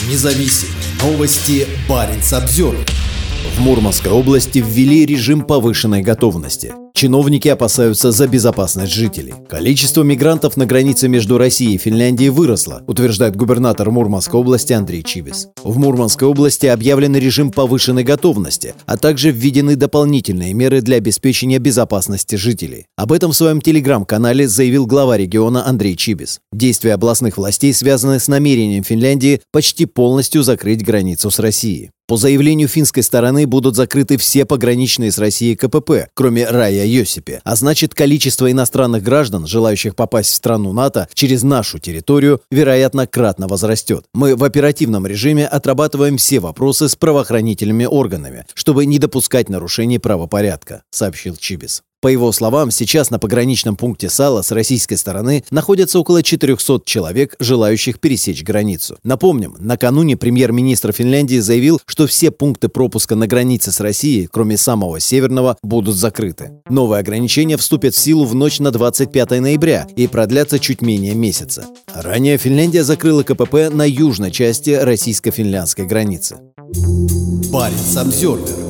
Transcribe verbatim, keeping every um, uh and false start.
Независимые новости. Баренц-Обзервер. В Мурманской области ввели режим повышенной готовности. Чиновники опасаются за безопасность жителей. Количество мигрантов на границе между Россией и Финляндией выросло, утверждает губернатор Мурманской области Андрей Чибис. В Мурманской области объявлен режим повышенной готовности, а также введены дополнительные меры для обеспечения безопасности жителей. Об этом в своем телеграм-канале заявил глава региона Андрей Чибис. Действия областных властей связаны с намерением Финляндии почти полностью закрыть границу с Россией. По заявлению финской стороны будут закрыты все пограничные с Россией ка пэ пэ, кроме Раия-Йосипи, а значит, количество иностранных граждан, желающих попасть в страну НАТО через нашу территорию, вероятно, кратно возрастет. Мы в оперативном режиме отрабатываем все вопросы с правоохранительными органами, чтобы не допускать нарушений правопорядка, сообщил Чибис. По его словам, сейчас на пограничном пункте Сала с российской стороны находятся около четырехсот человек, желающих пересечь границу. Напомним, накануне премьер-министр Финляндии заявил, что все пункты пропуска на границе с Россией, кроме самого северного, будут закрыты. Новые ограничения вступят в силу в ночь на двадцать пятое ноября и продлятся чуть менее месяца. Ранее Финляндия закрыла ка пэ пэ на южной части российско-финляндской границы. Баренц-Обзервер.